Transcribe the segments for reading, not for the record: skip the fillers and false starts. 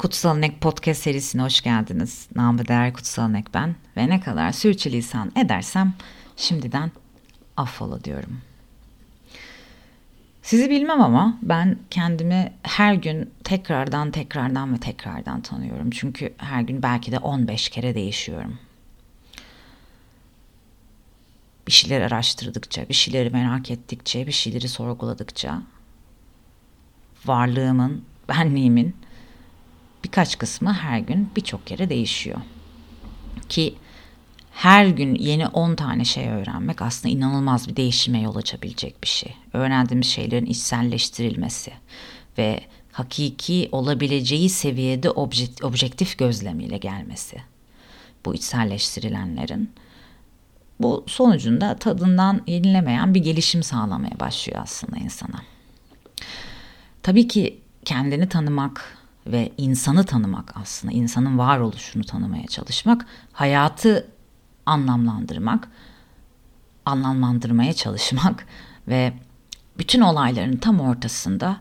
Kutsal Inek Podcast serisine hoş geldiniz. Namı değer Kutsal Inek ben ve ne kadar sürçülisan edersem şimdiden affola diyorum. Sizi bilmem ama ben kendimi her gün tekrardan tanıyorum. Çünkü her gün belki de 15 kere değişiyorum. Bir şeyler araştırdıkça, bir şeyleri merak ettikçe, bir şeyleri sorguladıkça varlığımın, benliğimin birkaç kısmı her gün birçok kere değişiyor. Ki her gün yeni 10 tane şey öğrenmek aslında inanılmaz bir değişime yol açabilecek bir şey. Öğrendiğimiz şeylerin içselleştirilmesi ve hakiki olabileceği seviyede objektif gözlemiyle gelmesi. Bu içselleştirilenlerin bu sonucunda tadından yenilemeyen bir gelişim sağlamaya başlıyor aslında insana. Tabii ki kendini tanımak ve insanı tanımak, aslında insanın varoluşunu tanımaya çalışmak, hayatı anlamlandırmaya çalışmak ve bütün olayların tam ortasında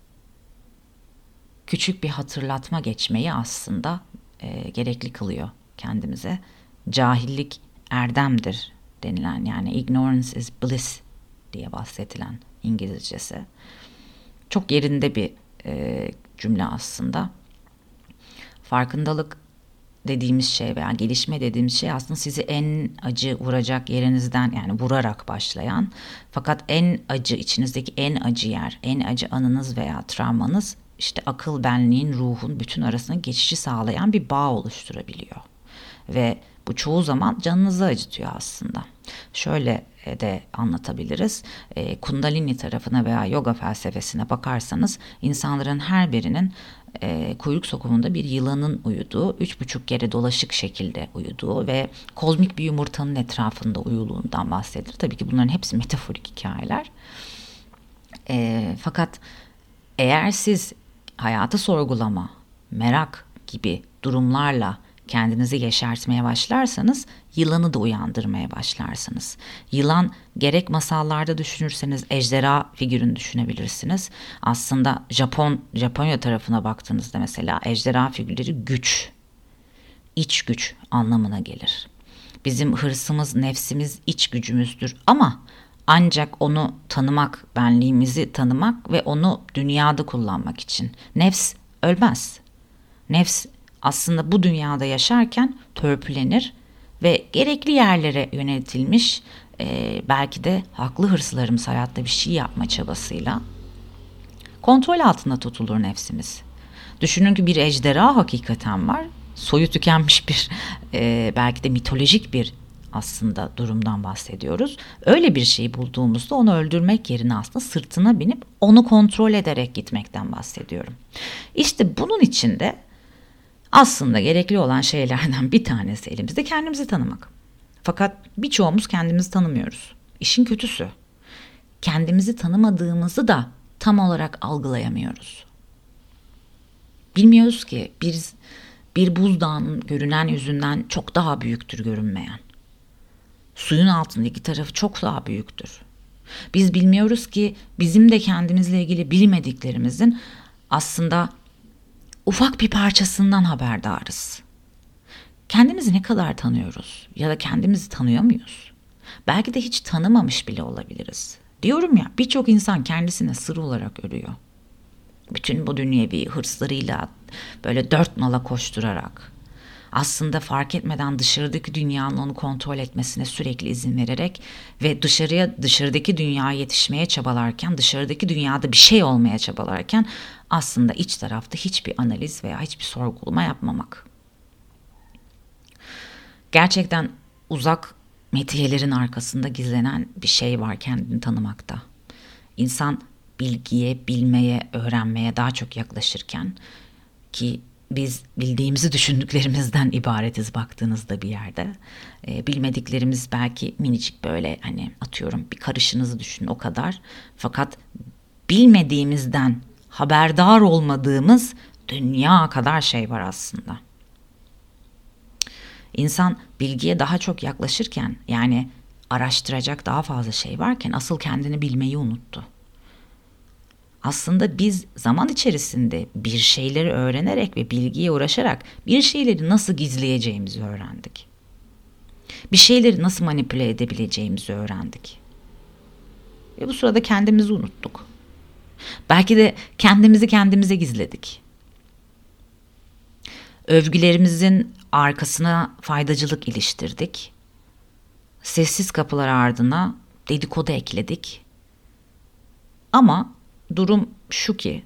küçük bir hatırlatma geçmeyi aslında gerekli kılıyor kendimize. Cahillik erdemdir denilen, yani ignorance is bliss diye bahsedilen İngilizcesi. Çok yerinde bir cümle aslında. Farkındalık dediğimiz şey veya gelişme dediğimiz şey aslında sizi en acı vuracak yerinizden, yani vurarak başlayan, fakat en acı, içinizdeki en acı yer, en acı anınız veya travmanız işte akıl, benliğin, ruhun bütün arasında geçişi sağlayan bir bağ oluşturabiliyor. Ve bu çoğu zaman canınızı acıtıyor aslında. Şöyle de anlatabiliriz. Kundalini tarafına veya yoga felsefesine bakarsanız insanların her birinin kuyruk sokumunda bir yılanın uyuduğu, 3,5 kere dolaşık şekilde uyuduğu ve kozmik bir yumurtanın etrafında uyuluğundan bahsedilir. Tabii ki bunların hepsi metaforik hikayeler. Fakat eğer siz hayatı sorgulama, merak gibi durumlarla kendinizi yeşertmeye başlarsanız yılanı da uyandırmaya başlarsınız. Yılan, gerek masallarda düşünürseniz ejderha figürünü düşünebilirsiniz. Aslında Japonya tarafına baktığınızda mesela ejderha figürleri güç, iç güç anlamına gelir. Bizim hırsımız, nefsimiz iç gücümüzdür ama ancak onu tanımak, benliğimizi tanımak ve onu dünyada kullanmak için. Nefs ölmez. Nefs aslında bu dünyada yaşarken törpülenir ve gerekli yerlere yöneltilmiş, belki de haklı hırslarımız hayatta bir şey yapma çabasıyla kontrol altında tutulur nefsimiz. Düşünün ki bir ejderha hakikaten var. Soyu tükenmiş bir, belki de mitolojik bir aslında durumdan bahsediyoruz. Öyle bir şeyi bulduğumuzda onu öldürmek yerine aslında sırtına binip onu kontrol ederek gitmekten bahsediyorum. İşte bunun içinde aslında gerekli olan şeylerden bir tanesi elimizde kendimizi tanımak. Fakat birçoğumuz kendimizi tanımıyoruz. İşin kötüsü, kendimizi tanımadığımızı da tam olarak algılayamıyoruz. Bilmiyoruz ki bir buzdağının görünen yüzünden çok daha büyüktür görünmeyen. Suyun altındaki tarafı çok daha büyüktür. Biz bilmiyoruz ki bizim de kendimizle ilgili bilmediklerimizin aslında ufak bir parçasından haberdarız. Kendimizi ne kadar tanıyoruz ya da kendimizi tanıyor muyuz? Belki de hiç tanımamış bile olabiliriz. Diyorum ya, birçok insan kendisine sır olarak ölüyor. Bütün bu dünyevi hırslarıyla böyle dört nala koşturarak, aslında fark etmeden dışarıdaki dünyanın onu kontrol etmesine sürekli izin vererek ve dışarıdaki dünyaya yetişmeye çabalarken, dışarıdaki dünyada bir şey olmaya çabalarken aslında iç tarafta hiçbir analiz veya hiçbir sorgulama yapmamak. Gerçekten uzak metiyelerin arkasında gizlenen bir şey var kendini tanımakta. İnsan bilgiye, bilmeye, öğrenmeye daha çok yaklaşırken, ki biz bildiğimizi düşündüklerimizden ibaretiz baktığınızda bir yerde. Bilmediklerimiz belki minicik, böyle hani atıyorum bir karışınızı düşünün, o kadar. Fakat bilmediğimizden haberdar olmadığımız dünya kadar şey var aslında. İnsan bilgiye daha çok yaklaşırken, yani araştıracak daha fazla şey varken asıl kendini bilmeyi unuttu. aslında biz zaman içerisinde bir şeyleri öğrenerek ve bilgiye uğraşarak bir şeyleri nasıl gizleyeceğimizi öğrendik. Bir şeyleri nasıl manipüle edebileceğimizi öğrendik. Ve bu sırada kendimizi unuttuk. Belki de kendimizi kendimize gizledik. Övgülerimizin arkasına faydacılık iliştirdik. Sessiz kapılar ardına dedikodu ekledik. Ama durum şu ki,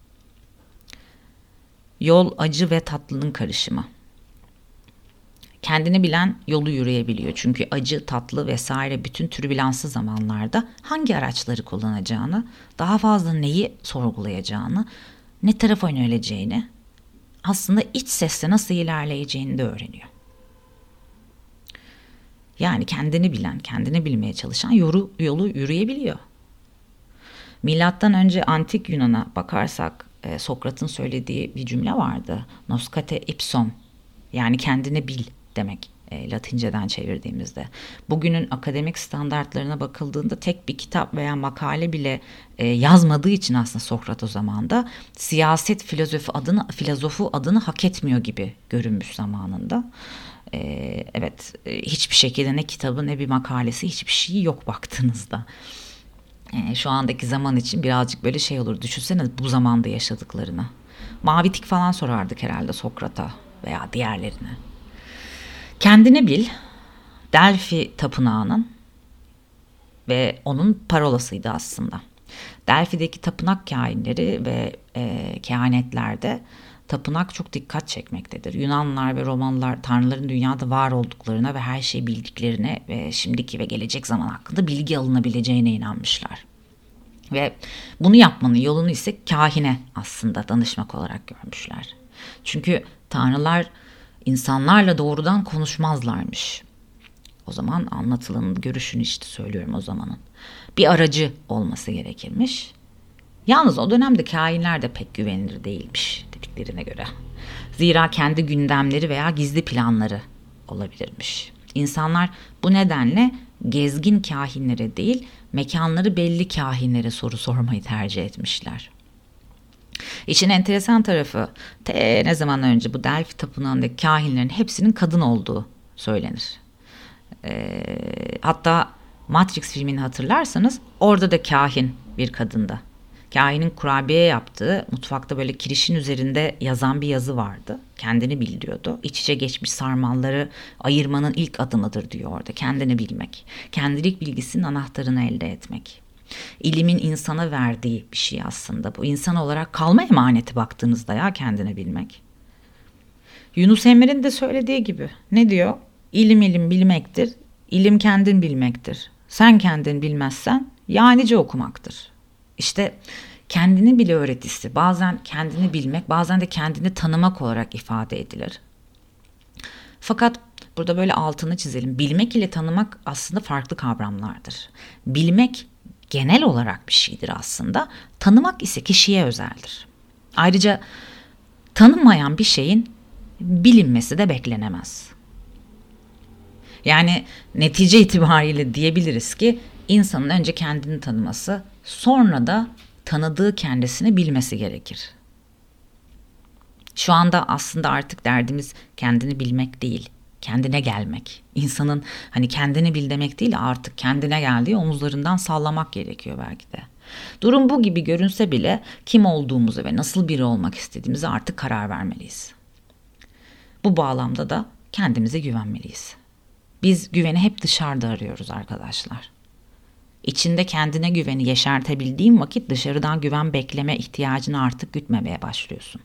yol acı ve tatlının karışımı. Kendini bilen yolu yürüyebiliyor. Çünkü acı, tatlı vesaire bütün türbülanslı zamanlarda hangi araçları kullanacağını, daha fazla neyi sorgulayacağını, ne tarafa yöneleceğini, aslında iç sesle nasıl ilerleyeceğini de öğreniyor. Yani kendini bilen, kendini bilmeye çalışan yolu yürüyebiliyor. Milattan önce antik Yunan'a bakarsak Sokrat'ın söylediği bir cümle vardı. Noscate ipsum, yani kendini bil demek Latinceden çevirdiğimizde. Bugünün akademik standartlarına bakıldığında tek bir kitap veya makale bile yazmadığı için aslında Sokrat o zaman da siyaset filozofu adını hak etmiyor gibi görünmüş zamanında. Evet, hiçbir şekilde ne kitabı ne bir makalesi, hiçbir şey yok baktığınızda. Şu andaki zaman için birazcık böyle şey olur. Düşünsene bu zamanda yaşadıklarını. Mavi tik falan sorardık herhalde Sokrat'a veya diğerlerine. Kendini bil, Delphi tapınağının ve onun parolasıydı aslında. Delphi'deki tapınak kahinleri ve kehanetlerde tapınak çok dikkat çekmektedir. Yunanlılar ve Romalılar tanrıların dünyada var olduklarına ve her şeyi bildiklerine ve şimdiki ve gelecek zaman hakkında bilgi alınabileceğine inanmışlar. Ve bunu yapmanın yolunu ise kahine aslında danışmak olarak görmüşler. Çünkü tanrılar insanlarla doğrudan konuşmazlarmış. O zaman anlatılanın görüşünü işte söylüyorum o zamanın. Bir aracı olması gerekirmiş. Yalnız o dönemde kahinler de pek güvenilir değilmiş dediklerine göre. Zira kendi gündemleri veya gizli planları olabilirmiş. İnsanlar bu nedenle gezgin kahinlere değil, mekanları belli kahinlere soru sormayı tercih etmişler. İşin enteresan tarafı, ne zaman önce bu Delphi tapınağındaki kahinlerin hepsinin kadın olduğu söylenir. Hatta Matrix filmini hatırlarsanız orada da kahin bir kadındı. Kahinin kurabiye yaptığı, mutfakta böyle kirişin üzerinde yazan bir yazı vardı. Kendini bil diyordu. İç içe geçmiş sarmalları ayırmanın ilk adımıdır diyor orada. Kendini bilmek. Kendilik bilgisinin anahtarını elde etmek. İlimin insana verdiği bir şey aslında bu. İnsan olarak kalma emaneti baktığınızda ya kendini bilmek. Yunus Emre'nin de söylediği gibi. Ne diyor? İlim bilmektir. İlim kendin bilmektir. Sen kendin bilmezsen yanice okumaktır. İşte kendini bile öğretisi bazen kendini bilmek, bazen de kendini tanımak olarak ifade edilir. Fakat burada böyle altını çizelim. Bilmek ile tanımak aslında farklı kavramlardır. Bilmek genel olarak bir şeydir aslında. Tanımak ise kişiye özeldir. Ayrıca tanınmayan bir şeyin bilinmesi de beklenemez. Yani netice itibariyle diyebiliriz ki insanın önce kendini tanıması, sonra da tanıdığı kendisini bilmesi gerekir. Şu anda aslında artık derdimiz kendini bilmek değil, kendine gelmek. İnsanın hani kendini bil demek değil, artık kendine geldiği omuzlarından sallamak gerekiyor belki de. Durum bu gibi görünse bile kim olduğumuzu ve nasıl biri olmak istediğimize artık karar vermeliyiz. Bu bağlamda da kendimize güvenmeliyiz. Biz güveni hep dışarıda arıyoruz arkadaşlar. İçinde kendine güveni yeşertebildiğin vakit dışarıdan güven bekleme ihtiyacını artık gütmemeye başlıyorsun.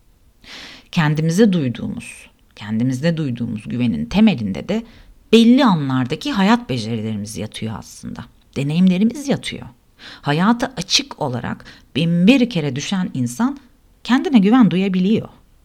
Kendimizde duyduğumuz güvenin temelinde de belli anlardaki hayat becerilerimiz yatıyor aslında. Deneyimlerimiz yatıyor. Hayata açık olarak bin bir kere düşen insan kendine güven duyabiliyor.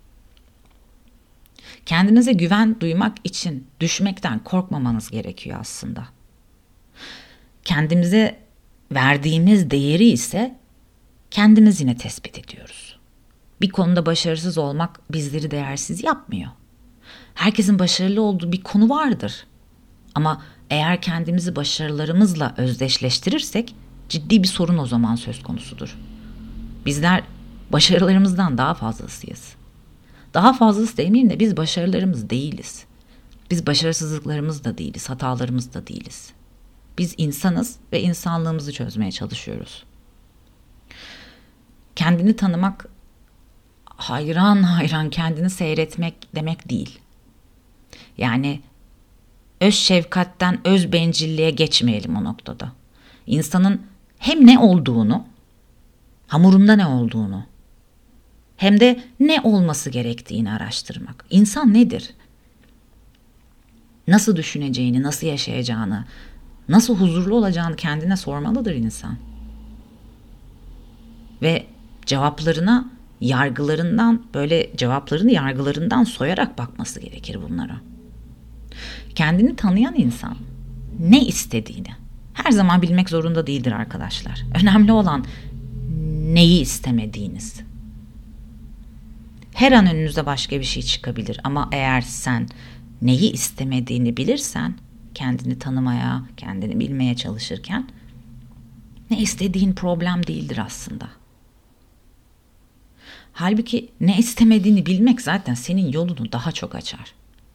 Kendinize güven duymak için düşmekten korkmamanız gerekiyor aslında. Kendimize verdiğimiz değeri ise kendimiz yine tespit ediyoruz. Bir konuda başarısız olmak bizleri değersiz yapmıyor. Herkesin başarılı olduğu bir konu vardır. Ama eğer kendimizi başarılarımızla özdeşleştirirsek ciddi bir sorun o zaman söz konusudur. Bizler başarılarımızdan daha fazlasıyız. Daha fazlası demeyeyim de biz başarılarımız değiliz. Biz başarısızlıklarımız da değiliz, hatalarımız da değiliz. Biz insanız ve insanlığımızı çözmeye çalışıyoruz. Kendini tanımak, hayran hayran kendini seyretmek demek değil. Yani öz şefkatten öz bencilliğe geçmeyelim o noktada. İnsanın hem ne olduğunu, hamurunda ne olduğunu, hem de ne olması gerektiğini araştırmak. İnsan nedir? Nasıl düşüneceğini, nasıl yaşayacağını, nasıl huzurlu olacağını kendine sormalıdır insan. Ve cevaplarını yargılarından soyarak bakması gerekir bunlara. Kendini tanıyan insan ne istediğini her zaman bilmek zorunda değildir arkadaşlar. Önemli olan neyi istemediğiniz. Her an önünüze başka bir şey çıkabilir ama eğer sen neyi istemediğini bilirsen, kendini tanımaya, kendini bilmeye çalışırken ne istediğin problem değildir aslında. Halbuki ne istemediğini bilmek zaten senin yolunu daha çok açar.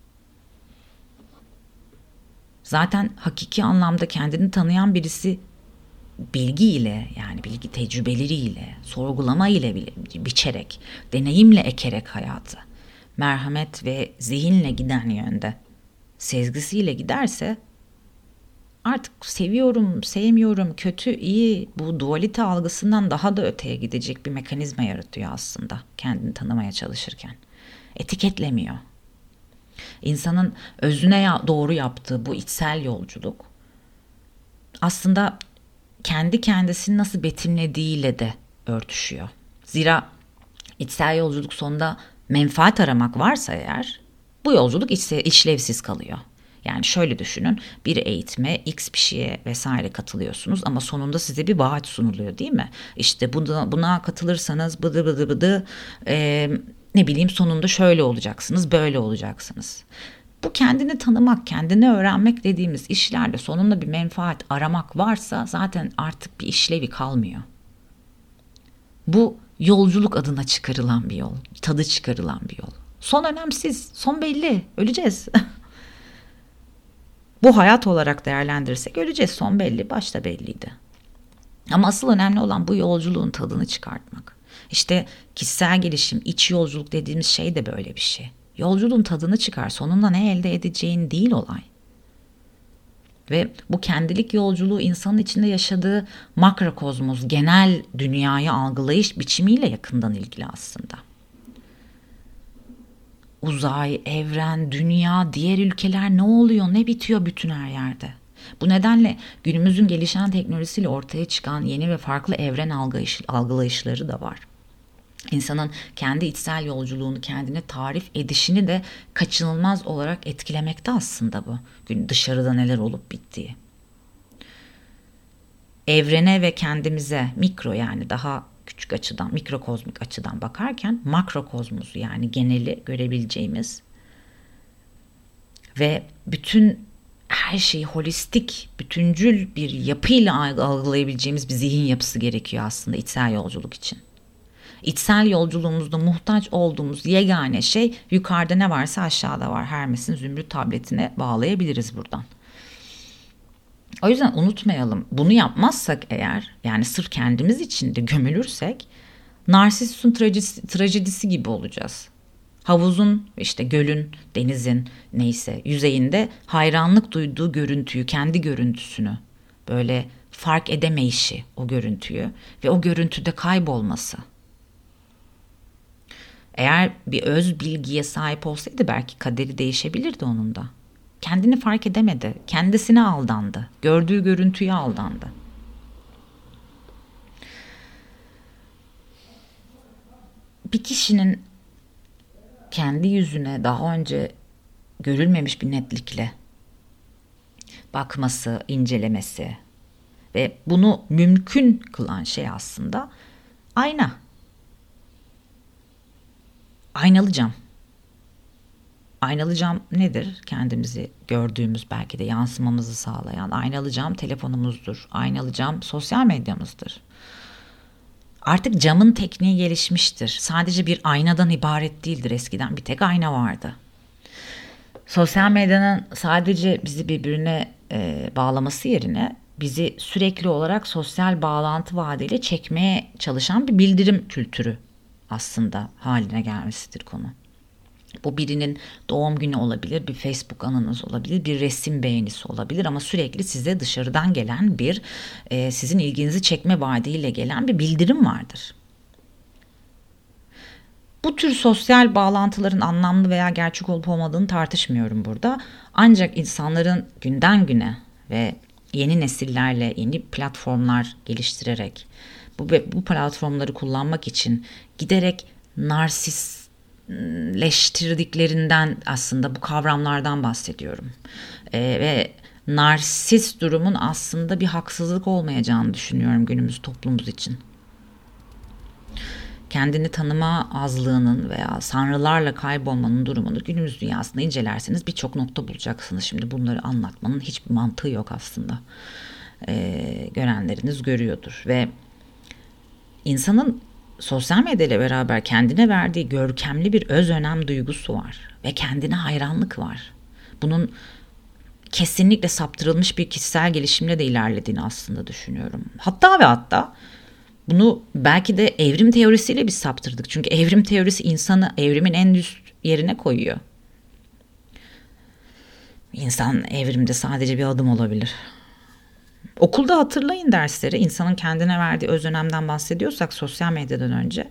Zaten hakiki anlamda kendini tanıyan birisi bilgiyle, yani bilgi tecrübeleriyle, sorgulama ile biçerek, deneyimle ekerek hayatı, merhamet ve zihinle giden yönde, sezgisiyle giderse artık seviyorum, sevmiyorum, kötü, iyi, bu dualite algısından daha da öteye gidecek bir mekanizma yaratıyor aslında kendini tanımaya çalışırken. Etiketlemiyor. İnsanın özüne doğru yaptığı bu içsel yolculuk aslında kendi kendisini nasıl betimlediğiyle de örtüşüyor. Zira içsel yolculuk sonunda menfaat aramak varsa eğer bu yolculuk işlevsiz kalıyor. Yani şöyle düşünün, bir eğitime, X bir şeye vesaire katılıyorsunuz ama sonunda size bir vaat sunuluyor değil mi? İşte buna katılırsanız bıdı ne bileyim sonunda şöyle olacaksınız, böyle olacaksınız. Bu kendini tanımak, kendini öğrenmek dediğimiz işlerde sonunda bir menfaat aramak varsa zaten artık bir işlevi kalmıyor. Bu yolculuk adına çıkarılan bir yol, tadı çıkarılan bir yol. Son önemsiz, son belli, öleceğiz. Bu hayat olarak değerlendirirsek öleceğiz, son belli, başta belliydi. Ama asıl önemli olan bu yolculuğun tadını çıkartmak. İşte kişisel gelişim, iç yolculuk dediğimiz şey de böyle bir şey. Yolculuğun tadını çıkar, sonunda ne elde edeceğin değil olay. Ve bu kendilik yolculuğu insanın içinde yaşadığı makrokozmos, genel dünyayı algılayış biçimiyle yakından ilgili aslında. Uzay, evren, dünya, diğer ülkeler ne oluyor, ne bitiyor bütün her yerde. Bu nedenle günümüzün gelişen teknolojisiyle ortaya çıkan yeni ve farklı evren algılayışları da var. İnsanın kendi içsel yolculuğunu kendine tarif edişini de kaçınılmaz olarak etkilemekte aslında bu. Dışarıda neler olup bittiği. Evrene ve kendimize mikro, yani daha küçük açıdan, mikrokozmik açıdan bakarken makrokozmosu, yani geneli görebileceğimiz ve bütün her şeyi holistik, bütüncül bir yapıyla algılayabileceğimiz bir zihin yapısı gerekiyor aslında içsel yolculuk için. İçsel yolculuğumuzda muhtaç olduğumuz yegane şey, yukarıda ne varsa aşağıda var. Hermes'in zümrüt tabletine bağlayabiliriz buradan. O yüzden unutmayalım, bunu yapmazsak eğer, yani sırf kendimiz için de gömülürsek Narsissus'un trajedisi gibi olacağız. Havuzun, işte gölün, denizin neyse yüzeyinde hayranlık duyduğu görüntüyü, kendi görüntüsünü böyle fark edemeyişi, o görüntüyü ve o görüntüde kaybolması. Eğer bir öz bilgiye sahip olsaydı belki kaderi değişebilirdi onun da. Kendini fark edemedi, kendisine aldandı, gördüğü görüntüye aldandı. Bir kişinin kendi yüzüne daha önce görülmemiş bir netlikle bakması, incelemesi ve bunu mümkün kılan şey aslında ayna. Aynalı cam. Aynalı cam nedir? Kendimizi gördüğümüz, belki de yansımamızı sağlayan. Aynalı cam telefonumuzdur. Aynalı cam sosyal medyamızdır. Artık camın tekniği gelişmiştir. Sadece bir aynadan ibaret değildir. Eskiden bir tek ayna vardı. Sosyal medyanın sadece bizi birbirine bağlaması yerine bizi sürekli olarak sosyal bağlantı vaadiyle çekmeye çalışan bir bildirim kültürü aslında haline gelmesidir konu. Bu birinin doğum günü olabilir, bir Facebook anınız olabilir, bir resim beğenisi olabilir ama sürekli size dışarıdan gelen bir sizin ilginizi çekme vaadiyle gelen bir bildirim vardır. Bu tür sosyal bağlantıların anlamlı veya gerçek olup olmadığını tartışmıyorum burada. Ancak insanların günden güne ve yeni nesillerle yeni platformlar geliştirerek bu platformları kullanmak için giderek narsistleştirdiklerinden aslında bu kavramlardan bahsediyorum. Ve narsist durumun aslında bir haksızlık olmayacağını düşünüyorum günümüz toplumumuz için. Kendini tanıma azlığının veya sanrılarla kaybolmanın durumunu günümüz dünyasında incelerseniz birçok nokta bulacaksınız. Şimdi bunları anlatmanın hiçbir mantığı yok aslında. Görenleriniz görüyordur ve insanın sosyal medyayla beraber kendine verdiği görkemli bir öz önem duygusu var ve kendine hayranlık var. Bunun kesinlikle saptırılmış bir kişisel gelişimle de ilerlediğini aslında düşünüyorum. Hatta bunu belki de evrim teorisiyle biz saptırdık. Çünkü evrim teorisi insanı evrimin en üst yerine koyuyor. İnsan evrimde sadece bir adım olabilir. Okulda hatırlayın dersleri, insanın kendine verdiği öz önemden bahsediyorsak sosyal medyadan önce.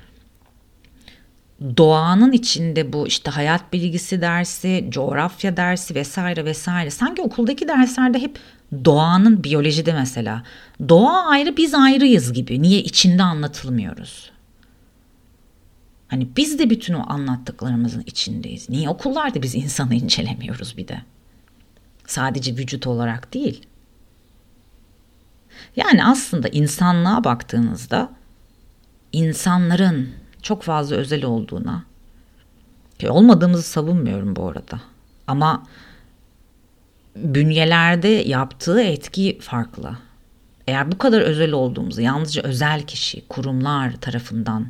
Doğanın içinde bu işte hayat bilgisi dersi, coğrafya dersi vesaire vesaire. Sanki okuldaki derslerde hep doğanın, biyolojide mesela, doğa ayrı biz ayrıyız gibi. Niye içinde anlatılmıyoruz? Hani biz de bütün o anlattıklarımızın içindeyiz. Niye okullarda biz insanı incelemiyoruz bir de? Sadece vücut olarak değil. Yani aslında insanlığa baktığınızda insanların çok fazla özel olduğuna, ki olmadığımızı savunmuyorum bu arada. Ama bünyelerde yaptığı etki farklı. Eğer bu kadar özel olduğumuzu yalnızca özel kişi, kurumlar tarafından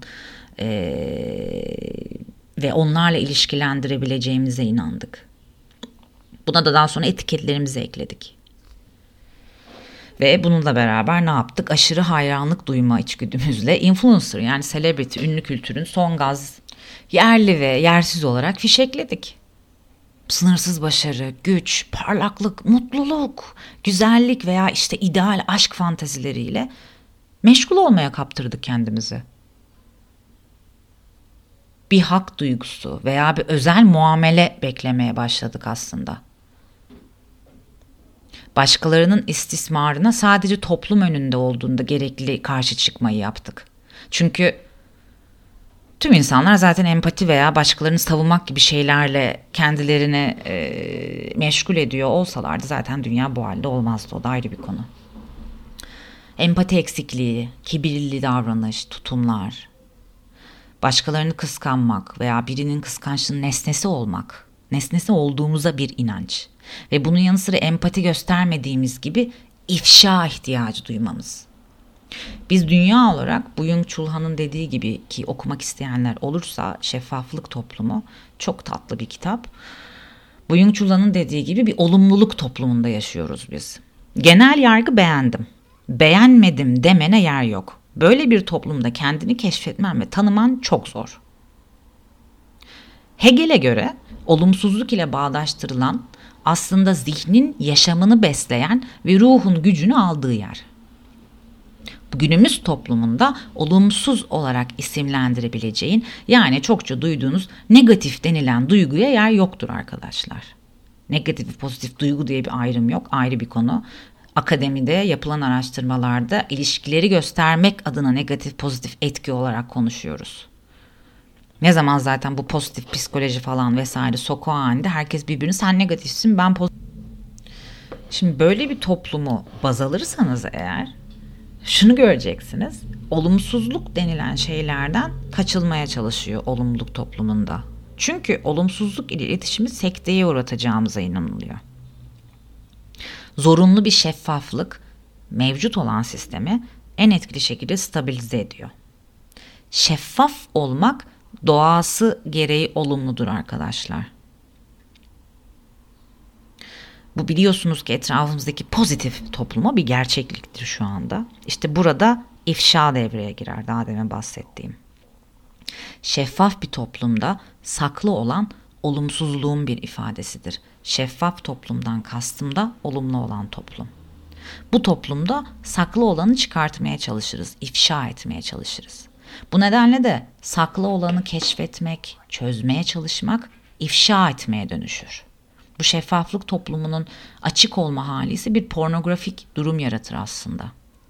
ve onlarla ilişkilendirebileceğimize inandık. Buna da daha sonra etiketlerimizi ekledik. Ve bununla beraber ne yaptık? Aşırı hayranlık duyma içgüdümüzle influencer yani celebrity, ünlü kültürün son gaz yerli ve yersiz olarak fişekledik. Sınırsız başarı, güç, parlaklık, mutluluk, güzellik veya işte ideal aşk fantezileriyle meşgul olmaya kaptırdık kendimizi. Bir hak duygusu veya bir özel muamele beklemeye başladık aslında. Başkalarının istismarına sadece toplum önünde olduğunda gerekli karşı çıkmayı yaptık. Çünkü tüm insanlar zaten empati veya başkalarını savunmak gibi şeylerle kendilerini meşgul ediyor olsalardı zaten dünya bu halde olmazdı. O da ayrı bir konu. Empati eksikliği, kibirli davranış, tutumlar, başkalarını kıskanmak veya birinin kıskançlığının nesnesi olmak, nesnesi olduğumuza bir inanç ve bunun yanı sıra empati göstermediğimiz gibi ifşa ihtiyacı duymamız. Biz dünya olarak Byung-Chul Han'ın dediği gibi, ki okumak isteyenler olursa, Şeffaflık Toplumu çok tatlı bir kitap. Byung-Chul Han'ın dediği gibi bir olumluluk toplumunda yaşıyoruz biz. Genel yargı beğendim, beğenmedim demene yer yok. Böyle bir toplumda kendini keşfetmen ve tanıman çok zor. Hegel'e göre olumsuzluk ile bağdaştırılan aslında zihnin yaşamını besleyen ve ruhun gücünü aldığı yer. Günümüz toplumunda olumsuz olarak isimlendirebileceğin, yani çokça duyduğunuz negatif denilen duyguya yer yoktur arkadaşlar. Negatif pozitif duygu diye bir ayrım yok, ayrı bir konu. Akademide yapılan araştırmalarda ilişkileri göstermek adına negatif pozitif etki olarak konuşuyoruz. Ne zaman zaten bu pozitif psikoloji falan vesaire sokağa halinde herkes birbirini sen negatifsin ben pozitif. Şimdi böyle bir toplumu baz alırsanız eğer şunu göreceksiniz. Olumsuzluk denilen şeylerden kaçılmaya çalışıyor olumluluk toplumunda. Çünkü olumsuzluk ile iletişimi sekteye uğratacağımıza inanılıyor. Zorunlu bir şeffaflık mevcut olan sistemi en etkili şekilde stabilize ediyor. Şeffaf olmak doğası gereği olumludur arkadaşlar. Bu biliyorsunuz ki etrafımızdaki pozitif topluma bir gerçekliktir şu anda. İşte burada ifşa devreye girer, daha demin bahsettiğim. Şeffaf bir toplumda saklı olan olumsuzluğun bir ifadesidir. Şeffaf toplumdan kastım da olumlu olan toplum. Bu toplumda saklı olanı çıkartmaya çalışırız, ifşa etmeye çalışırız. Bu nedenle de saklı olanı keşfetmek, çözmeye çalışmak, ifşa etmeye dönüşür. Bu şeffaflık toplumunun açık olma hali ise bir pornografik durum yaratır aslında.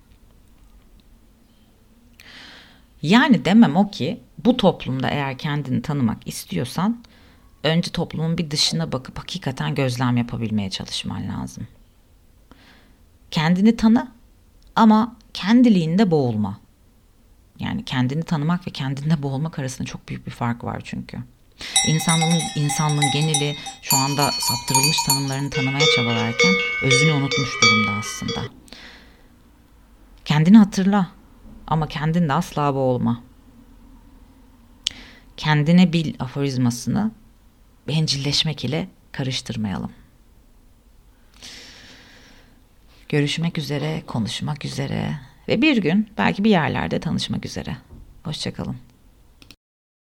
Yani demem o ki bu toplumda eğer kendini tanımak istiyorsan önce toplumun bir dışına bakıp hakikaten gözlem yapabilmeye çalışman lazım. Kendini tanı ama kendiliğinde boğulma. Yani kendini tanımak ve kendinde boğulmak arasında çok büyük bir fark var çünkü. İnsanlığın geneli şu anda saptırılmış tanımlarını tanımaya çabalarken özünü unutmuş durumda aslında. Kendini hatırla ama kendinde asla boğulma. Kendine bil aforizmasını bencilleşmek ile karıştırmayalım. Görüşmek üzere, konuşmak üzere ve bir gün belki bir yerlerde tanışmak üzere. Hoşça kalın.